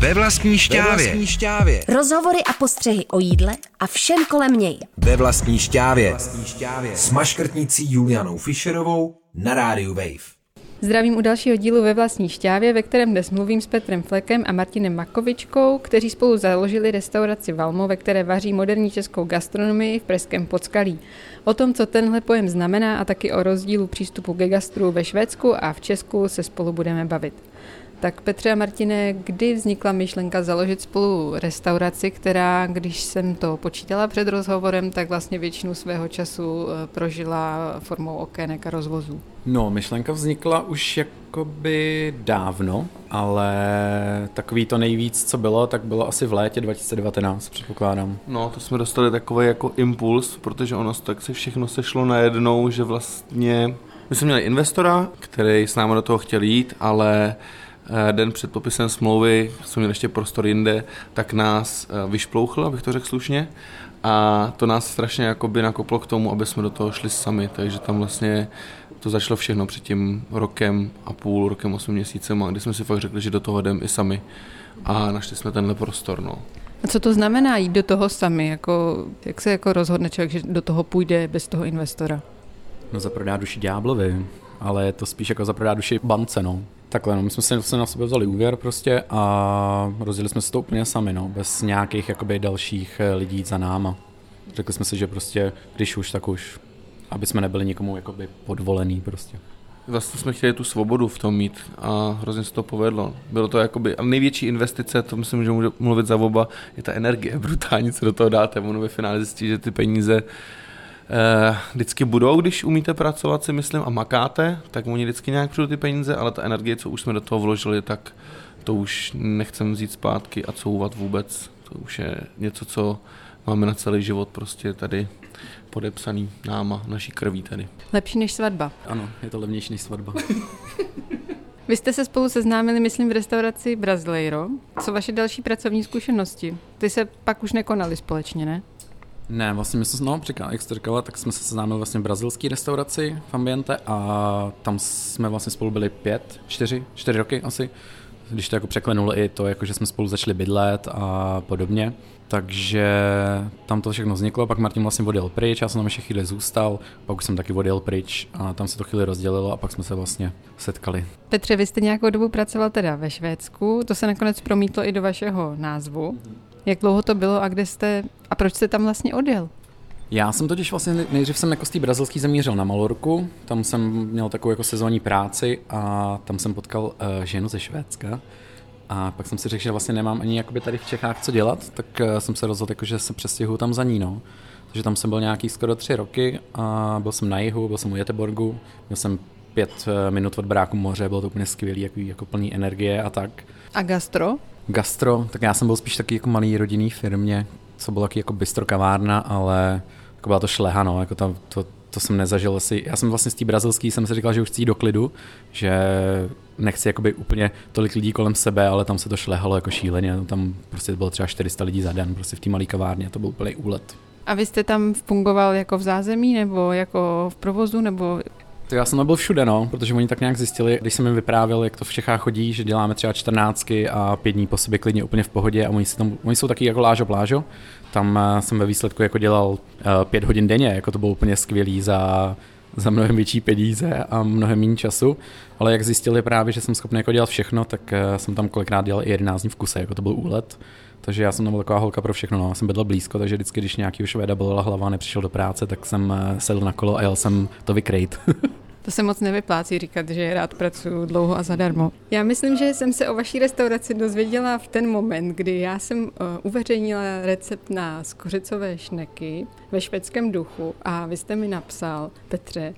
Ve vlastní šťávě. Rozhovory a postřehy o jídle a všem kolem něj. Ve vlastní šťávě. S maškrtnicí Julianou Fischerovou na rádiu Wave. Zdravím u dalšího dílu Ve vlastní šťávě, ve kterém dnes mluvím s Petrem Flekem a Martinem Makovičkou, kteří spolu založili restauraci Valmo, ve které vaří moderní českou gastronomii v pražském Podskalí. O tom, co tenhle pojem znamená a taky o rozdílu přístupu ke gastru ve Švédsku a v Česku se spolu budeme bavit. Tak Petře a Martine, kdy vznikla myšlenka založit spolu restauraci, která, když jsem to počítala před rozhovorem, tak vlastně většinu svého času prožila formou okének a rozvozů? No, myšlenka vznikla už jakoby dávno, ale takový to nejvíc, co bylo, tak bylo asi v létě 2019, předpokládám. No, to jsme dostali takový jako impuls, protože ono tak se všechno sešlo najednou, že vlastně my jsme měli investora, který s námi do toho chtěl jít, ale den před podpisem smlouvy, jsme měli ještě prostor jinde, tak nás vyšplouchl, abych to řekl slušně, a to nás strašně jakoby nakoplo k tomu, aby jsme do toho šli sami, takže tam vlastně to začalo všechno před tím rokem a půl, rokem 8 měsícem, kdy jsme si fakt řekli, že do toho jdeme i sami a našli jsme tenhle prostor, no. A co to znamená jít do toho sami? Jako, jak se jako rozhodne člověk, že do toho půjde bez toho investora? No, zaprodá duši ďáblovi, ale je to spíš jako zaprodá duši bance, no. Takhle, no, my jsme si na sebe vzali úvěr prostě a rozjeli jsme se to úplně sami, no, bez nějakých jakoby dalších lidí za náma. Řekli jsme si, že prostě, když už, tak už, aby jsme nebyli nikomu jakoby podvolený prostě. Vlastně jsme chtěli tu svobodu v tom mít a hrozně se to povedlo. Bylo to jakoby, a největší investice, to myslím, že můžu mluvit za oba, je ta energie, brutální, co do toho dáte. Ono ve finále zjistí, že ty peníze vždycky budou, když umíte pracovat, si myslím, a makáte, tak oni vždycky nějak přijdou ty peníze, ale ta energie, co už jsme do toho vložili, tak to už nechcem vzít zpátky a couvat vůbec. To už je něco, co máme na celý život prostě tady podepsaný náma, naší krví tady. Lepší než svatba. Ano, je to levnější než svatba. Vy jste se spolu seznámili, myslím, v restauraci Brasileiro. Co vaše další pracovní zkušenosti? Ty se pak už nekonali společně, ne? Ne, vlastně my jsme, jak jste říkala, tak jsme se seznámili vlastně v brazilské restauraci v Ambiente a tam jsme vlastně spolu byli 4 roky asi, když to jako překlenulo i to, jako že jsme spolu začali bydlet a podobně. Takže tam to všechno vzniklo, pak Martin vlastně odjel pryč, já jsem tam ještě chvíli zůstal, pak už jsem taky odjel pryč a tam se to chvíli rozdělilo a pak jsme se vlastně setkali. Petře, vy jste nějakou dobu pracoval teda ve Švédsku, to se nakonec promítlo i do vašeho názvu. Jak dlouho to bylo a kde jste a proč jste tam vlastně odjel? Já jsem totiž vlastně nejdřív jsem jako z té brazilský zamířil na Malorku, tam jsem měl takovou jako sezónní práci a tam jsem potkal ženu ze Švédska. A pak jsem si řekl, že vlastně nemám ani jakoby tady v Čechách co dělat, tak jsem se rozhodl, jako, že se přestěhuju tam za ní. No. Takže tam jsem byl nějakých skoro 3 roky a byl jsem na jihu, byl jsem u Göteborgu, měl jsem 5 minut od baráku moře, bylo to úplně skvělý, jako plný energie a tak. A gastro? Gastro, tak já jsem byl spíš taky jako malý rodinný firmě, co bylo taky jako bistro kavárna, ale jako byla to šleha, no, jako to jsem nezažil asi. Já jsem vlastně z té brazilský jsem si říkal, že už chci jít do klidu, že nechci jakoby úplně tolik lidí kolem sebe, ale tam se to šlehalo jako šíleně. Tam prostě bylo třeba 400 lidí za den, prostě v té malé kavárně, to byl úplný úlet. A vy jste tam fungoval jako v zázemí nebo jako v provozu, nebo... To já jsem tam byl všude, no, protože oni tak nějak zjistili, když jsem jim vyprávěl, jak to v Čechách chodí, že děláme třeba 14 a 5 dní po sobě klidně úplně v pohodě a oni jsou taky jako lážo. Tam jsem ve výsledku jako dělal 5 hodin denně, jako to bylo úplně skvělý za mnohem větší peníze a mnohem méně času, ale jak zjistili právě, že jsem schopný jako dělat všechno, tak jsem tam kolikrát dělal i 11 dní v kuse, jako to byl úlet. Takže já jsem tam byl taková holka pro všechno, no. Já jsem bydlel blízko, takže vždycky, když nějakýho Švéda bolela hlava a nepřišel do práce, tak jsem sedl na kolo a jel jsem to vykrejt. To se moc nevyplácí říkat, že rád pracuju dlouho a zadarmo. Já myslím, že jsem se o vaší restauraci dozvěděla v ten moment, kdy já jsem uveřejnila recept na skořicové šneky ve švédském duchu a vy jste mi napsal, Petře,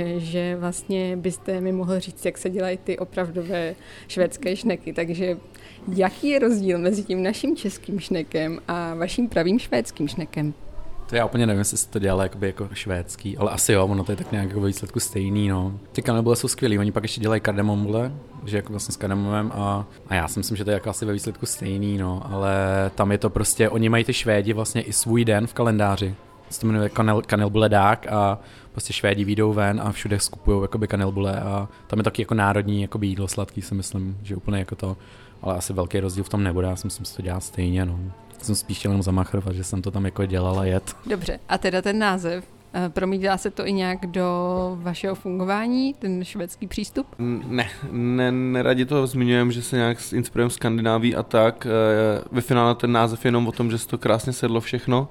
že vlastně byste mi mohl říct, jak se dělají ty opravdové švédské šneky. Takže jaký je rozdíl mezi tím naším českým šnekem a vaším pravým švédským šnekem? To já úplně nevím, jestli se to dělá jako švédský, ale asi jo, ono to je tak nějak jako ve výsledku stejný, no. Ty kanelbule jsou skvělý, oni pak ještě dělají kardemomule, že jako vlastně s kardemomem a já si myslím, že to je jako asi ve výsledku stejný, no, ale tam je to prostě, oni mají ty Švédi vlastně i svůj den v kalendáři. Se to jmenuje kanelbule dák a prostě Švédi vyjdou ven a všude skupujou jakoby kanelbule a tam je taky jako národní jakoby jídlo sladký, si myslím, že úplně jako to. ale asi velký rozdíl v tom nebude, já si myslím, že to dělá stejně, no. Jsem spíš chtěl jenom zamachrovat, že jsem to tam jako dělal a jet. Dobře, a teda ten název, promítá se to i nějak do vašeho fungování, ten švédský přístup? Neradi to zmiňujeme, že se nějak inspirujeme Skandinávií a tak. Ve finále ten název je jenom o tom, že se to krásně sedlo všechno.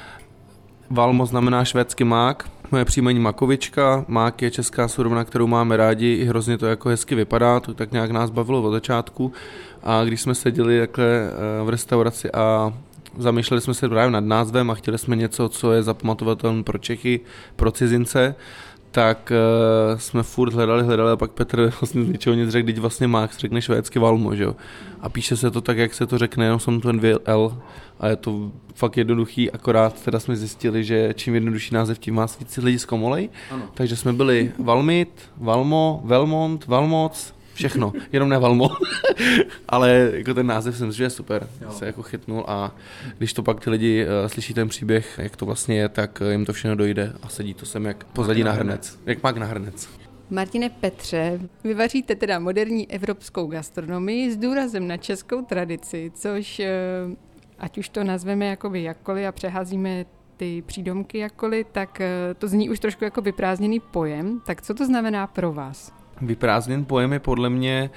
Valmo znamená švédský mák, moje příjmení Makovička, mák je česká surovina, kterou máme rádi, i hrozně to jako hezky vypadá, to tak nějak nás bavilo od začátku a když jsme seděli takhle v restauraci a zamýšleli jsme se právě nad názvem a chtěli jsme něco, co je zapamatovatelné pro Čechy, pro cizince, tak jsme furt hledali a pak Petr vlastně z ničeho nic řekl, když vlastně mák řekne švédsky Valmo, že jo. A píše se to tak, jak se to řekne, jenom jsou to 2 L a je to fakt jednoduchý, akorát teda jsme zjistili, že čím jednodušší název, tím má víc lidí zkomolej. Takže jsme byli Valmit, Valmo, Velmont, Valmoc, všechno, jenom ne Valmo, ale jako ten název jsem si, že je super, se jako chytnul a když to pak ty lidi slyší ten příběh, jak to vlastně je, tak jim to všechno dojde a sedí to sem jak pozadí na hrnec, jak mák na hrnec. Martine, Petře, vy vaříte teda moderní evropskou gastronomii s důrazem na českou tradici, což ať už to nazveme jakoby jakkoliv a přeházíme ty přídomky jakkoliv, tak to zní už trošku jako vyprázdněný pojem. Tak co to znamená pro vás? Vyprázdněný pojem je podle mě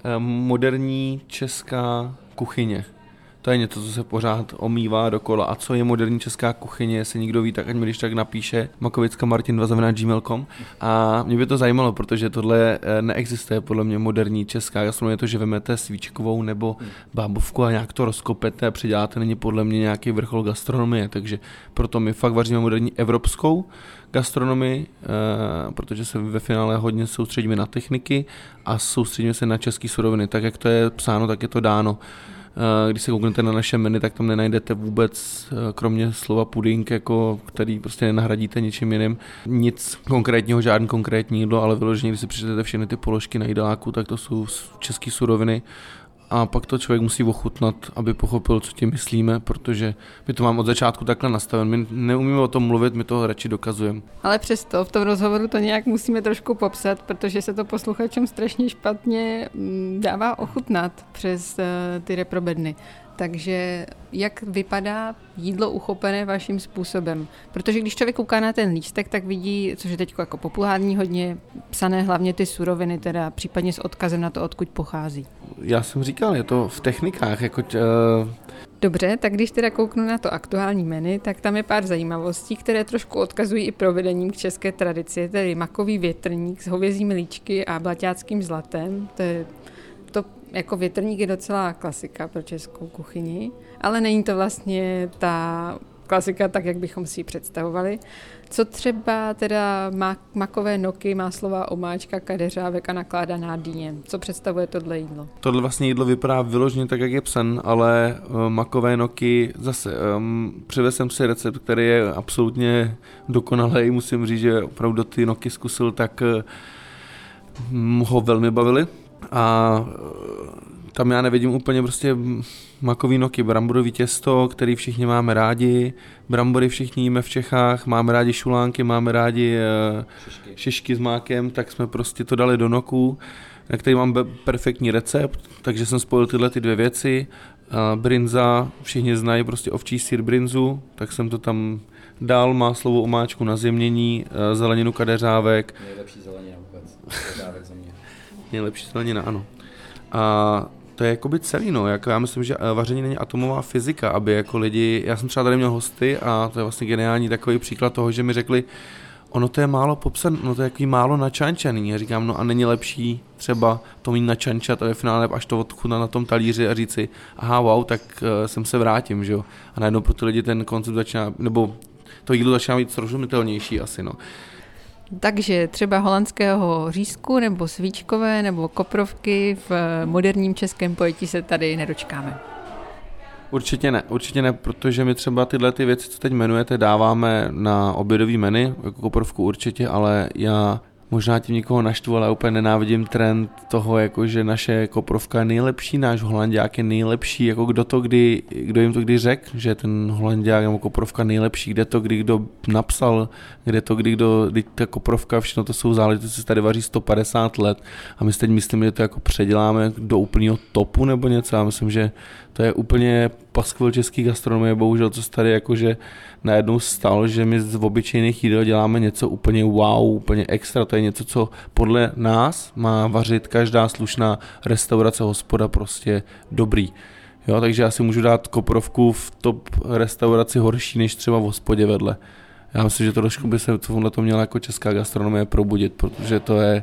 moderní česká kuchyně. To je něco, co se pořád omývá dokola. A co je moderní česká kuchyně, jestli někdo ví, tak ať mi když tak napíše makovickamartin2@gmail.com. A mě by to zajímalo, protože tohle neexistuje podle mě moderní česká gastronomie. To, že vemete svíčkovou nebo bábovku a nějak to rozkopete a předěláte, není podle mě nějaký vrchol gastronomie. Takže proto my fakt vaříme moderní evropskou gastronomii, protože se ve finále hodně soustředíme na techniky a soustředíme se na české suroviny. Tak, jak to je psáno, tak je to dáno. Když se kouknete na naše menu, tak tam nenajdete vůbec, kromě slova puding, jako, který prostě nenahradíte ničím jiným, nic konkrétního, žádný konkrétní jídlo, ale vyloženě, když si přečtete všechny ty položky na jídeláku, tak to jsou české suroviny. A pak to člověk musí ochutnat, aby pochopil, co tím myslíme, protože my to máme od začátku takhle nastaven. My neumíme o tom mluvit, my to radši dokazujeme. Ale přesto v tom rozhovoru to nějak musíme trošku popsat, protože se to posluchačům strašně špatně dává ochutnat přes ty reprobedny. Takže jak vypadá jídlo uchopené vaším způsobem? Protože když člověk kouká na ten lístek, tak vidí, což je teď jako populární hodně, psané hlavně ty suroviny, teda případně s odkazem na to, odkud pochází. Já jsem říkal, je to v technikách. Dobře, tak když teda kouknu na to aktuální menu, tak tam je pár zajímavostí, které trošku odkazují i provedením k české tradici, tedy makový větrník s hovězími líčky a blaťáckým zlatem. To jako větrník je docela klasika pro českou kuchyni, ale není to vlastně ta klasika tak, jak bychom si ji představovali. Co třeba teda makové noky, máslová omáčka, kadeřávek a nakládaná dýně? Co představuje tohle jídlo? Tohle vlastně jídlo vypadá vyloženě tak, jak je psan, ale makové noky zase přivez jsem si recept, který je absolutně dokonalý. Musím říct, že opravdu ty noky zkusil, tak ho velmi bavili. A tam já nevidím úplně prostě makový noky, bramborový těsto, který všichni máme rádi, brambory všichni jíme v Čechách, máme rádi šulánky, máme rádi šišky s mákem, tak jsme prostě to dali do noků, na který mám perfektní recept, takže jsem spojil tyhle ty 2 věci. Brinza, všichni znají prostě ovčí sýr brinzu, tak jsem to tam dal, máslovou omáčku na zjemnění, zeleninu kadeřávek. Nejlepší zelenina vůbec, kadeřávek za mě. Nejlepší zelenina, ano. A to je jakoby celý, no. Jako já myslím, že vaření není atomová fyzika, aby jako lidi, já jsem třeba tady měl hosty a to je vlastně geniální takový příklad toho, že mi řekli, ono to je málo popsané, ono to je jaký málo načančaný. Já říkám, no a není lepší třeba to mít načančat a ve finále až to odchutnat na tom talíři a říci, aha, wow, tak sem se vrátím, že jo. A najednou pro ty lidi ten koncept začíná, nebo to jídlo začíná být srozumitelnější asi, no. Takže třeba holandského řízku nebo svíčkové nebo koprovky v moderním českém pojetí se tady nedočkáme. Určitě ne, protože my třeba tyhle ty věci, co teď jmenujete, dáváme na obědový menu, jako koprovku určitě, ale já možná tím někoho naštvu, ale úplně nenávidím trend toho, jako že naše koprovka je nejlepší, náš holanďák je nejlepší, jako kdo jim to kdy řekl, že ten holanďák nebo koprovka nejlepší, kdo napsal, kdy ta koprovka, všechno to jsou záležitosti, se tady vaří 150 let a my teď myslíme, že to jako předěláme do úplného topu nebo něco, já myslím, že to je úplně paskvil český gastronomie, bohužel, co se tady jakože najednou stalo, že my z obyčejných jídel děláme něco úplně wow, úplně extra, to je něco, co podle nás má vařit každá slušná restaurace, hospoda prostě dobrý. Jo, takže já si můžu dát koprovku v top restauraci horší než třeba v hospodě vedle. Já myslím, že trošku by se to měla jako česká gastronomie probudit, protože to je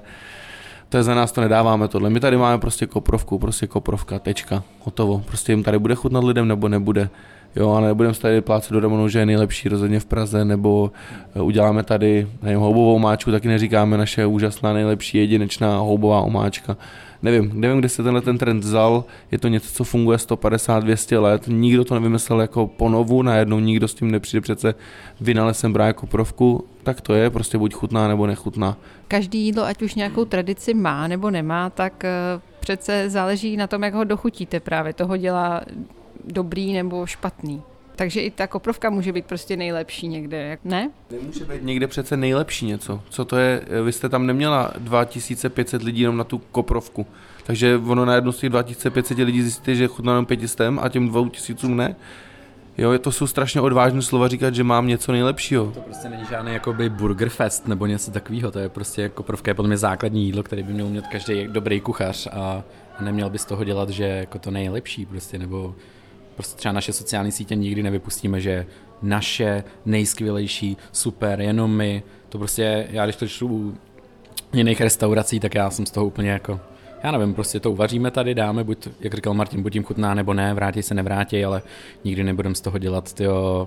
za nás to nedáváme tohle. My tady máme prostě koprovku, prostě koprovka, tečka, hotovo. Prostě jim tady bude chutnat lidem nebo nebude. Jo, ale nebudeme se tady plácat do ramenu, že je nejlepší rozhodně v Praze, nebo uděláme tady houbovou omáčku, taky neříkáme naše úžasná, nejlepší, jedinečná houbová omáčka. Nevím, kde se ten trend vzal, je to něco, co funguje 150-200 let, nikdo to nevymyslel jako ponovu, najednou nikdo s tím nepřijde přece vynalezem právě koprovku, tak to je, prostě buď chutná nebo nechutná. Každý jídlo, ať už nějakou tradici má nebo nemá, tak přece záleží na tom, jak ho dochutíte právě, toho dělá dobrý nebo špatný. Takže i ta koprovka může být prostě nejlepší někde, ne? Nemůže být někde přece nejlepší něco. Co to je? Vy jste tam neměla 2500 lidí jenom na tu koprovku. Takže ono najednou z těch 2500 lidí zjistíte, že chutná jenom 500 a těm 2000 ne. Jo, to jsou strašně odvážné slova říkat, že mám něco nejlepšího. To prostě není žádný jakoby burger fest nebo něco takového, to je prostě koprovka je podle mě základní jídlo, které by měl mít každý dobrý kuchař a neměl by z toho dělat, že jako to nejlepší prostě, nebo prostě třeba naše sociální sítě nikdy nevypustíme, že naše nejskvělejší, super, jenom my, to prostě, já když to čtu u jiných restaurací, tak já jsem z toho úplně jako, já nevím, prostě to uvaříme tady, dáme, buď, jak říkal Martin, buď jim chutná nebo ne, vrátí se, nevrátí, ale nikdy nebudem z toho dělat,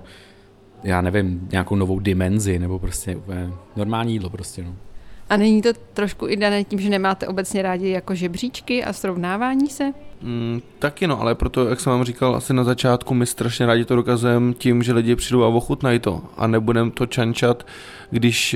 já nevím, nějakou novou dimenzi, nebo prostě úplně normální jídlo prostě, no. A není to trošku i dané tím, že nemáte obecně rádi jako žebříčky a srovnávání se? Taky no, ale proto, jak jsem vám říkal asi na začátku, my strašně rádi to dokazujeme tím, že lidi přijdou a ochutnají to a nebudeme to čančat, když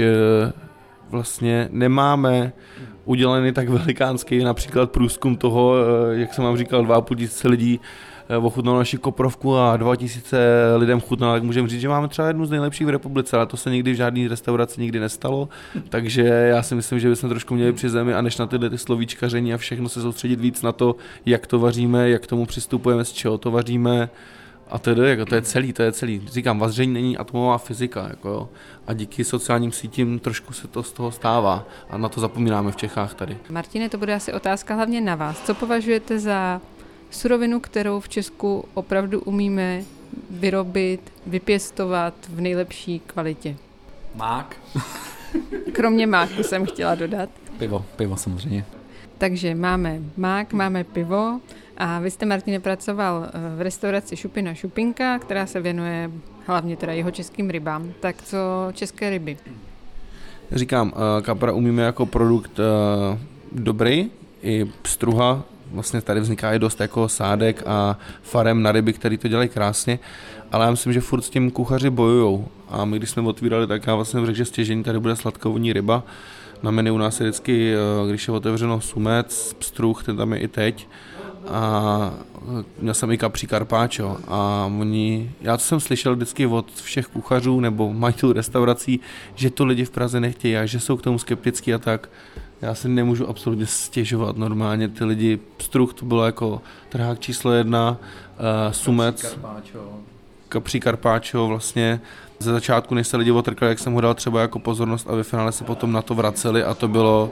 vlastně nemáme udělený tak velikánský například průzkum toho, jak jsem vám říkal, 2500 lidí ochutnalo naši koprovku a 2000 lidem chutnalo, tak můžeme říct, že máme třeba jednu z nejlepších v republice, ale to se nikdy v žádné restauraci nikdy nestalo, takže já si myslím, že bychom trošku měli při zemi a než na tyhle slovíčkaření a všechno se soustředit víc na to, jak to vaříme, jak k tomu přistupujeme, z čeho to vaříme a tedy, jako to je celý. Říkám, vaření není atomová fyzika, jako jo. A díky sociálním sítím trošku se to z toho stává a na to zapomínáme v Čechách tady. Martine, to bude asi otázka hlavně na vás. Co považujete za surovinu, kterou v Česku opravdu umíme vyrobit, vypěstovat v nejlepší kvalitě? Mák. Kromě máku jsem chtěla dodat. Pivo samozřejmě. Takže máme mák, máme pivo a vy jste, Martine, pracoval v restauraci Šupina Šupinka, která se věnuje hlavně teda jihočeským rybám. Tak co české ryby? Říkám, kapra umíme jako produkt dobrý, i pstruha, vlastně tady vzniká i dost jako sádek a farem na ryby, který to dělají krásně, ale já myslím, že furt s tím kuchaři bojujou a my když jsme otvírali, tak já vlastně řekl, že stěžení tady bude sladkovodní ryba. Na menu u nás je vždycky, když je otevřeno sumec, pstruh, ten tam je i teď a měl jsem i kapří carpaccio a já to jsem slyšel vždycky od všech kuchařů nebo majitelů restaurací, že to lidi v Praze nechtějí a že jsou k tomu skeptický a tak. Já si nemůžu absolutně stěžovat normálně, ty lidi, pstruh to bylo jako trhák číslo 1, sumec, kapří carpaccio vlastně. Ze začátku, než se lidi otrkali, jak jsem ho dal třeba jako pozornost a ve finále se potom na to vraceli a to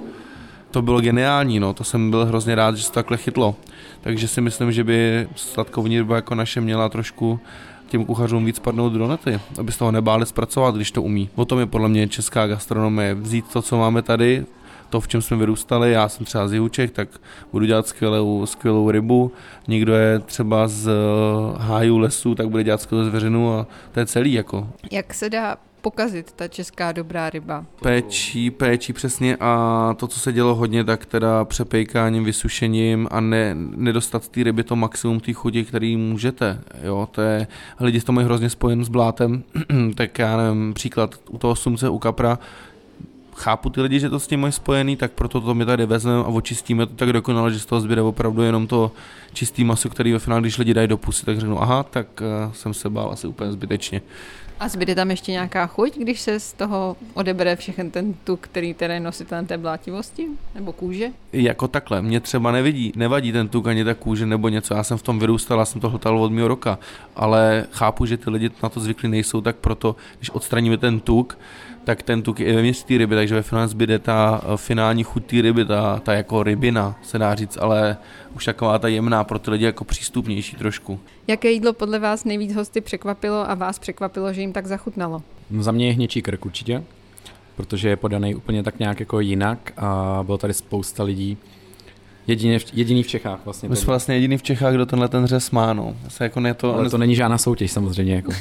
bylo geniální, no, to jsem byl hrozně rád, že se to takhle chytlo. Takže si myslím, že by sladkovodní ryba jako naše měla trošku těm kuchařům víc padnout do nety, aby z toho nebáli zpracovat, když to umí. O tom je podle mě česká gastronomie, vzít to, co máme tady, to, v čem jsme vyrůstali, já jsem třeba z Jihuček, tak budu dělat skvělou rybu, někdo je třeba z hájů lesů, tak bude dělat skvělou zvěřinu a to je celý jako. Jak se dá pokazit ta česká dobrá ryba? Péčí přesně a to, co se dělo hodně, tak teda přepejkáním, vysušením a nedostat z té ryby to maximum té chuti, který můžete, jo, to je, lidi to mají hrozně spojen s blátem, tak já nevím, příklad u toho sumce, u kapra, chápu ty lidi, že to s tím mají spojený, tak proto to my tady vezmeme a očistíme to tak dokonale, že z toho zbyde opravdu jenom to čistý maso, který ve finále, když lidi dají do pusy, tak řeknou, aha, tak jsem se bál asi úplně zbytečně. A zbyde tam ještě nějaká chuť, když se z toho odebere všechen ten tuk, který teda je nositelem té blátivosti? Nebo kůže? Jako takhle, mě třeba nevadí ten tuk ani ta kůže nebo něco, já jsem v tom vyrůstal, já jsem to hltal od mého roka, ale chápu, že ty lidi na to zvyklí nejsou, tak proto, když odstraníme ten tuk, tak ten tuk je vevnitř té ryby, takže ve finále zbyde ta finální chuť té ryby, ta jako rybina, se dá říct, ale už taková ta jemná, pro ty lidi jako přístupnější trošku. Jaké jídlo podle vás nejvíc hosty překvapilo a vás překvapilo, že jim tak zachutnalo? No, za mě je hněčí krk určitě, protože je podaný úplně tak nějak jako jinak a bylo tady spousta lidí. Jediný v Čechách vlastně. My jsme vlastně jediný v Čechách, kdo tenhle ten řez má, no. Jako ale to není žádná soutěž samozřejmě, jako.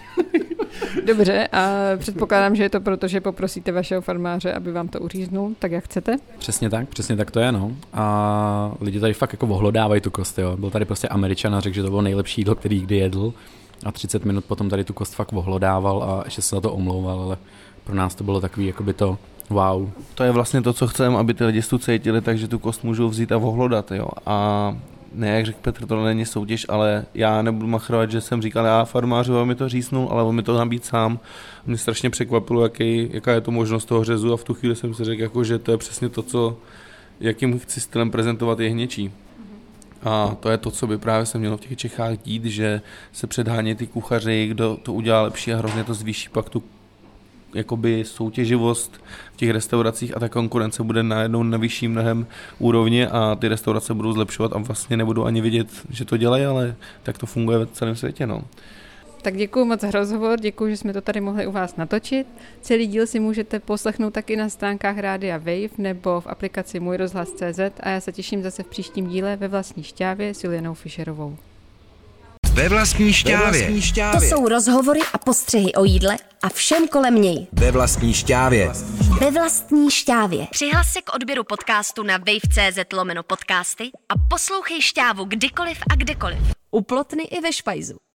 Dobře, a předpokládám, že je to proto, že poprosíte vašeho farmáře, aby vám to uříznul, tak jak chcete? Přesně tak to je, no. A lidi tady fakt jako ohlodávají tu kost, jo. Byl tady prostě Američan a řekl, že to bylo nejlepší jídlo, který kdy jedl. A 30 minut potom tady tu kost fakt ohlodával a ještě se za to omlouval, ale pro nás to bylo takový, jakoby to wow. To je vlastně to, co chceme, aby ty lidi tu cítili, takže tu kost můžou vzít a ohlodat, jo. A ne, jak řekl Petr, to není soutěž, ale já nebudu machrovat, že jsem říkal, já farmáři, mi to řísnul, ale on mi to nabít sám. Mě strašně překvapilo, jaká je to možnost toho řezu a v tu chvíli jsem si řekl, jako, že to je přesně to, jakým chci stylem prezentovat je hněčí. A to je to, co by právě se mělo v těch Čechách dít, že se předhání ty kuchaři, kdo to udělá lepší a hrozně to zvýší pak tu jakoby soutěživost v těch restauracích a ta konkurence bude najednou na vyšší mnohem úrovni a ty restaurace budou zlepšovat a vlastně nebudou ani vidět, že to dělají, ale tak to funguje ve celém světě, no. Tak děkuji moc za rozhovor, děkuji, že jsme to tady mohli u vás natočit. Celý díl si můžete poslechnout taky na stránkách Rádia Wave nebo v aplikaci Můj rozhlas.cz a já se těším zase v příštím díle Ve vlastní šťávě s Julianou Fischerovou. Ve vlastní šťávě. To jsou rozhovory a postřehy o jídle a všem kolem něj. Ve vlastní šťávě. Ve vlastní šťávě. Přihlas se k odběru podcastu na wave.cz/podcasty a poslouchej Šťávu kdykoliv a kdekoliv. U Plotny i ve Špajzu.